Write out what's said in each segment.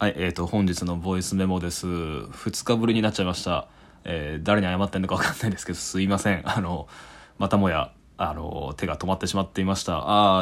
はい、本日のボイスメモです。2日ぶりになっちゃいました。誰に謝ってんのか分かんないですけど、すいません。またもや、手が止まってしまっていました。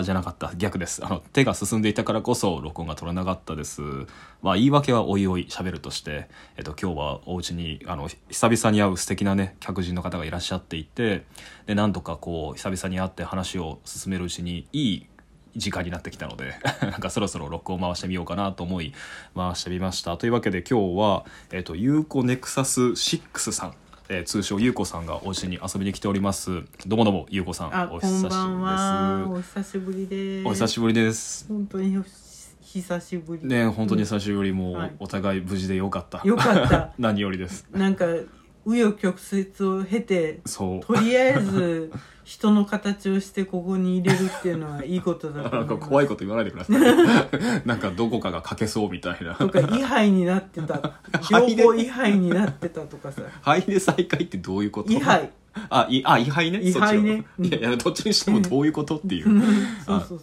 じゃなかった。逆です。手が進んでいたからこそ、録音が取れなかったです。まあ、言い訳はおいおい喋るとして、今日はお家に、久々に会う素敵なね、客人の方がいらっしゃっていて、で、何度かこう、久々に会って話を進めるうちに、いい時間になってきたのでなんかそろそろ録音回してみようかなと思い回してみました。というわけで今日は、ゆうこネクサス6さん、通称ゆうこさんがお家に遊びに来ております。どうもどうもゆうこさん、お久しぶりです。 こんばんは。お久しぶりです。 お久しぶりです。 本当に久しぶりね。本当に久しぶり、もう、 はい、 お互い無事でよかった。 よかった何よりです。 なんか紆余曲折を経て、 そうとりあえず人の形をしてここに入れるっていうのはいいことだと思います。 なんか怖いこと言わないでくださいなんかどこかが欠けそうみたいなとか位牌になってた両方位牌になってたとかさ灰で再会ってどういうこと？ 位牌位牌ね。 位牌ね。 いやどっちにしてもどういうことっていうそうそうそう。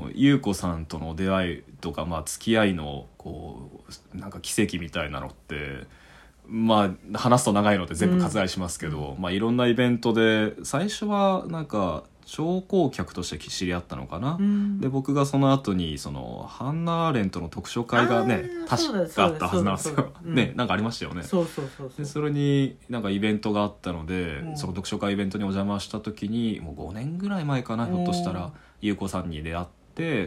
ゆうこさんとの出会いとか、まあ、付き合いのこうなんか奇跡みたいなのってまあ話すと長いので全部割愛しますけど、まあいろんなイベントで最初はなんか聴講客として知り合ったのかな、で僕がその後にそのハンナ・アーレントの読書会がね確かあったはずなんですよね。なんかありましたよね。 そうでそれになんかイベントがあったので、その読書会イベントにお邪魔した時にもう5年ぐらい前かな、ひょっとしたらゆうこさんに出会って、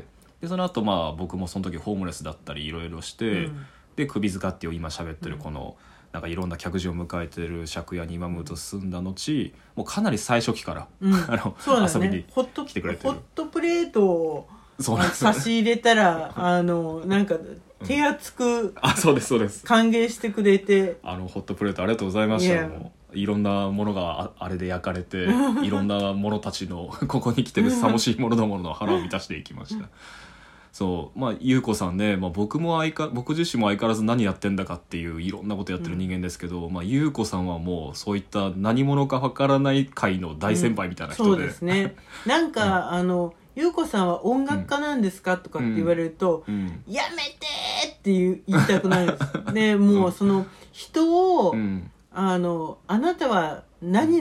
でその後まあ僕もその時ホームレスだったりいろいろして、で首塚っていう今喋ってるこの、なんかいろんな客人を迎えてる借家に今ムーと住んだ後、もうかなり最初期から、 そうだね、 遊びに来てくれてる。 ホットプレートを差し入れたらなんか手厚く、 そうですそうです、 歓迎してくれて、 ホットプレートありがとうございました。もういろんなものがあれで焼かれていろんなものたちのここに来てるさもしいものどもの腹を満たしていきましたそうまあゆうこさんね、まあ、僕自身も相変わらず何やってんだかっていういろんなことやってる人間ですけど、まあ、ゆうこさんはもうそういった何者かわからない界の大先輩みたいな人で、 そうですね。なんか、ゆうこさんは音楽家なんですか、とかって言われると、やめてって言いたくなるんですでもうその人を、あなたは何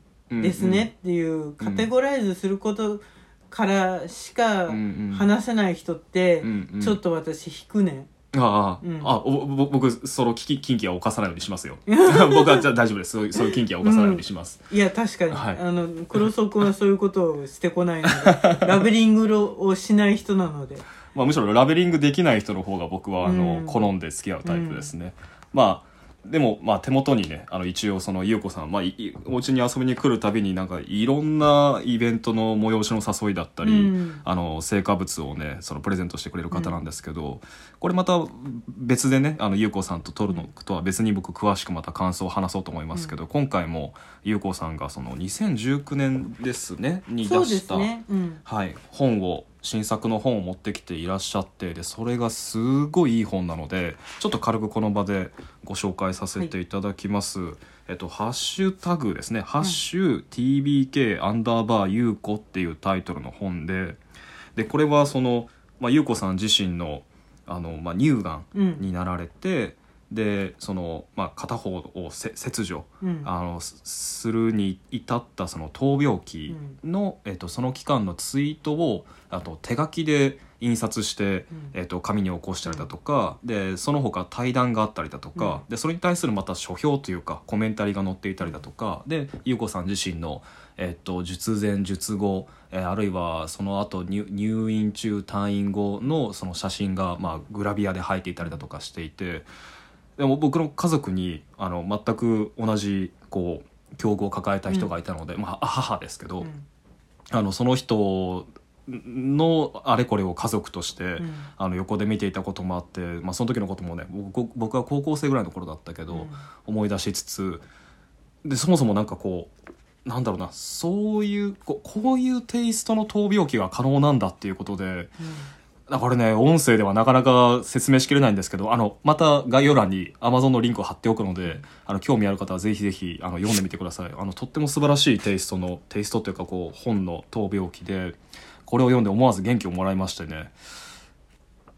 々ですねっていうカテゴライズすることからしか話せない人って、ちょっと私引くね。 僕その禁忌は犯さないようにしますよ僕はじゃあ大丈夫です。そういう禁忌は犯さないようにします、 いや確かに、黒荘君はそういうことをしてこないのでラベリングをしない人なので、 まあ、むしろラベリングできない人の方が僕は好んで付き合うタイプですね、まあでもまあ手元にね一応そのゆうこさん、まあ、お家に遊びに来るたびになんかいろんなイベントの催しの誘いだったり、成果物をねそのプレゼントしてくれる方なんですけど、これまた別でねゆうこさんと撮るのとは別に僕詳しくまた感想を話そうと思いますけど、今回もゆうこさんがその2019年ですねに出した、新作の本を持ってきていらっしゃって、でそれがすごいいい本なのでちょっと軽くこの場でご紹介させていただきます、ハッシュタグですね、ハッシュ TBK アンダーバーゆうこっていうタイトルの本で、これはその、ゆうこさん自身の乳がんになられて、でその、片方を切除、するに至ったその闘病期の、その期間のツイートを手書きで印刷して、紙に起こしたりだとかで、その他対談があったりだとか、でそれに対するまた書評というかコメンタリーが載っていたりだとかで、ゆうこさん自身の、術前術後、あるいはその後入院中退院後のその写真が、グラビアで入っていたりだとかしていて、でも僕の家族に全く同じこう境遇を抱えた人がいたので、母ですけど、その人のあれこれを家族として、横で見ていたこともあって、その時のこともね僕は高校生ぐらいの頃だったけど、思い出しつつで、そもそもなんかこうなんだろうな、そういうこういうテイストの闘病期が可能なんだっていうことで、これね音声ではなかなか説明しきれないんですけど、また概要欄に Amazon のリンクを貼っておくので、興味ある方はぜひぜひ読んでみてください。とっても素晴らしいテイストというかこう本の闘病記で、これを読んで思わず元気をもらいましてね。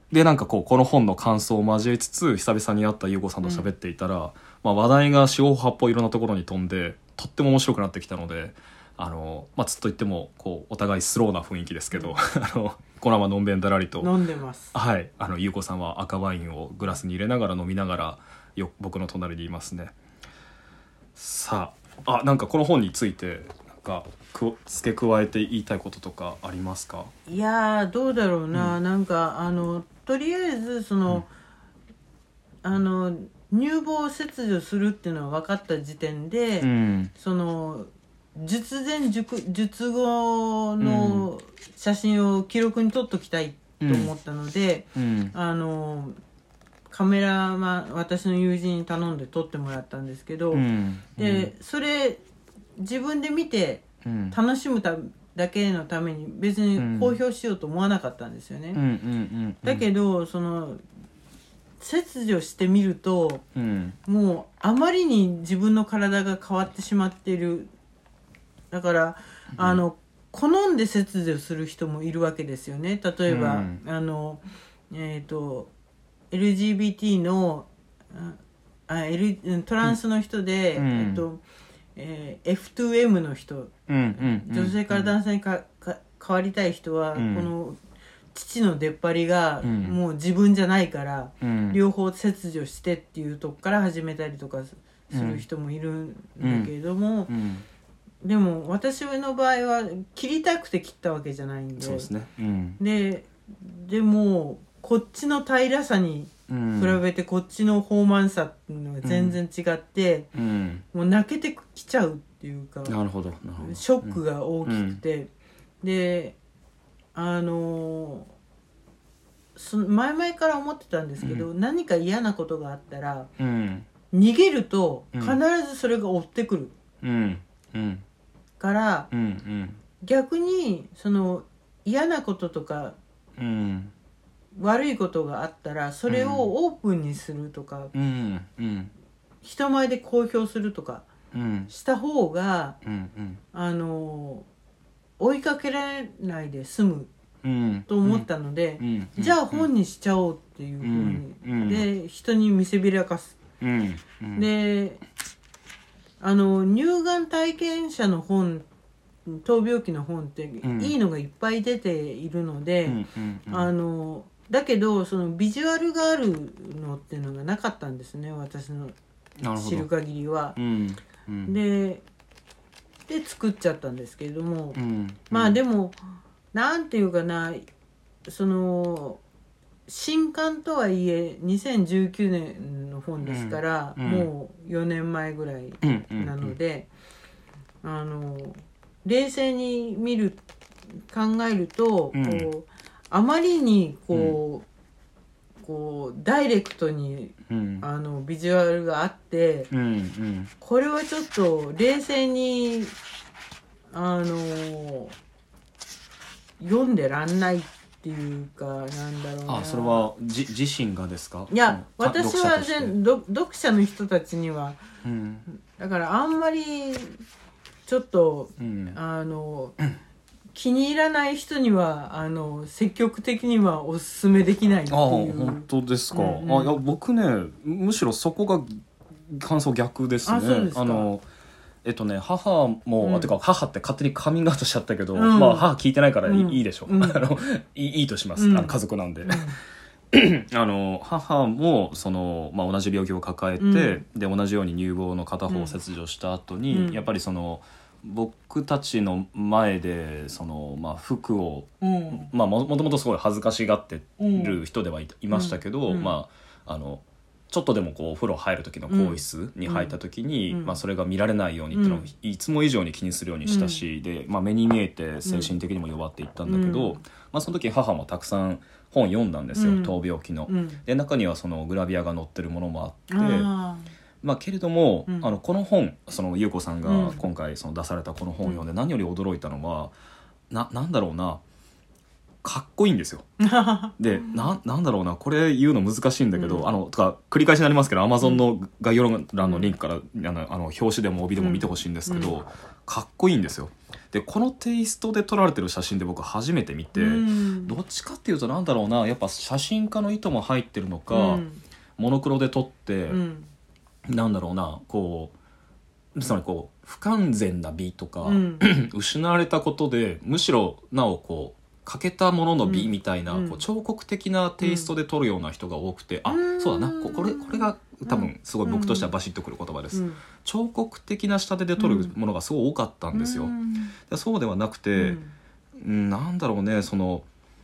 でなんかこの本の感想を交えつつ久々に会った優子さんと喋っていたら、話題が四方八方いろんなところに飛んでとっても面白くなってきたので、ずっと言ってもお互いスローな雰囲気ですけど、このままのんべんだらりと飲んでます。 はい、優子さんは赤ワインをグラスに入れながら飲みながら僕の隣にいますね。さあ、なんかこの本についてなんか付け加えて言いたいこととかありますか？ いやどうだろうな、なんかとりあえず乳房を切除するっていうのは分かった時点で、術前術後の写真を記録に撮っときたいと思ったので、カメラマン私の友人に頼んで撮ってもらったんですけど、でそれ自分で見て楽しむだけのために別に公表しようと思わなかったんですよね。だけど切除してみると、もうあまりに自分の体が変わってしまっている。だから好んで切除する人もいるわけですよね。例えば、LGBT のトランスの人で、F2M の人、女性から男性に変わりたい人は、この父の出っ張りがもう自分じゃないから、両方切除してっていうとこから始めたりとかする人もいるんだけれども、でも私の場合は切りたくて切ったわけじゃないんで、 そうですね、 でもこっちの平らさに比べてこっちの豊満さっていうのが全然違って、もう泣けてきちゃうっていうか、 なるほどショックが大きくて、で前々から思ってたんですけど、何か嫌なことがあったら、逃げると必ずそれが追ってくる、から、逆に嫌なこととか、悪いことがあったらそれをオープンにするとか、人前で公表するとかした方が、追いかけられないで済むと思ったので、じゃあ本にしちゃおうっていうふうに、で人に見せびらかす、で乳がん体験者の本、闘病記の本っていいのがいっぱい出ているので、だけどビジュアルがあるのっていうのがなかったんですね、私の知る限りは。で作っちゃったんですけれども、でもなんていうかな、新刊とはいえ2019年の本ですから、もう4年前ぐらいなので、冷静に考えると、あまりにダイレクトに、ビジュアルがあって、これはちょっと冷静に読んでらんないっていうか、なんだろうな。 それは自身がですか？ いや、私は読者の人たちには、だからあんまりちょっと、気に入らない人には積極的にはおすすめできないっていう。 本当ですか？いや僕ね、むしろそこが感想逆ですね。 そうですか。 母も、てか母って勝手にカミングアウトしちゃったけど、母聞いてないからいいでしょ、いいとします、家族なんで、母も同じ病気を抱えて、で同じように乳房の片方を切除した後に、やっぱり僕たちの前で服を、もともとすごい恥ずかしがってる人ではいましたけど、ちょっとでもお風呂入る時の更衣室に入った時に、それが見られないようにっていうのをいつも以上に気にするようにしたし、で目に見えて精神的にも弱っていったんだけど、その時母もたくさん本読んだんですよ、闘病記の。で中にはグラビアが載ってるものもあって、けれども、この本優子さんが今回出されたこの本を読んで何より驚いたのは、なんだろうな、 かっこいいんですよ。でなんだろうな、これ言うの難しいんだけど、とか繰り返しになりますけど Amazon の概要欄のリンクから表紙でも帯でも見てほしいんですけど、かっこいいんですよ。でこのテイストで撮られてる写真で僕初めて見て、どっちかっていうとなんだろうな、やっぱ写真家の意図も入ってるのか、モノクロで撮って、なんだろうな、こうつまりこう不完全な美とか、失われたことでむしろなおこう欠けたものの美みたいな、こう彫刻的なテイストで撮るような人が多くて、そうだな、これが多分すごい僕としてはバシッとくる言葉です。彫刻的な仕立てで撮るものがすごい多かったんですよ。そうではなくて、なんだろうね、その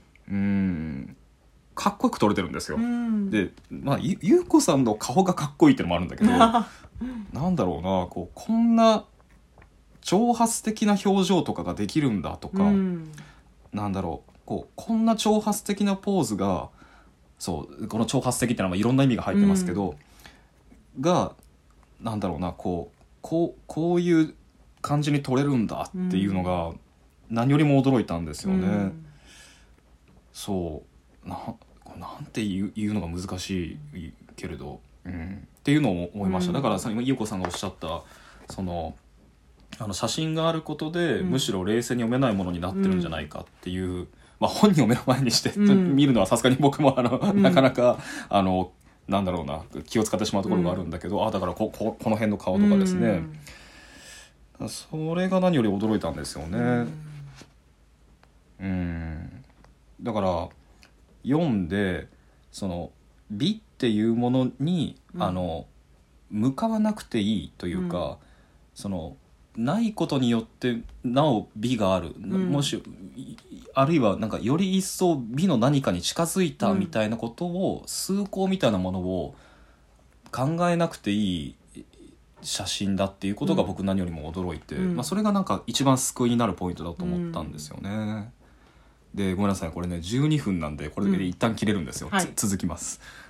かっこよく撮れてるんですよ。で優子さんの顔がかっこいいってのもあるんだけどなんだろうな、こんな挑発的な表情とかができるんだとか、なんだろう、こんな挑発的なポーズが、そうこの挑発的ってのはいろんな意味が入ってますけど、がなんだろうな、こういう感じに撮れるんだっていうのが何よりも驚いたんですよね。そうなんていうのが難しいけれど、っていうのを思いました。だから今優子さんがおっしゃったその写真があることで、むしろ冷静に読めないものになってるんじゃないかっていう、本人を目の前にして、見るのはさすがに僕もなかなかなんだろうな、気を使ってしまうところがあるんだけど、だからこの辺の顔とかですね、それが何より驚いたんですよね。だから読んでその美っていうものに、向かわなくていいというか、そのないことによってなお美がある、もしあるいはなんかより一層美の何かに近づいたみたいなことを、崇高みたいなものを考えなくていい写真だっていうことが僕何よりも驚いて、それがなんか一番救いになるポイントだと思ったんですよね。でごめんなさい、これね12分なんでこれだけで一旦切れるんですよ。続きます。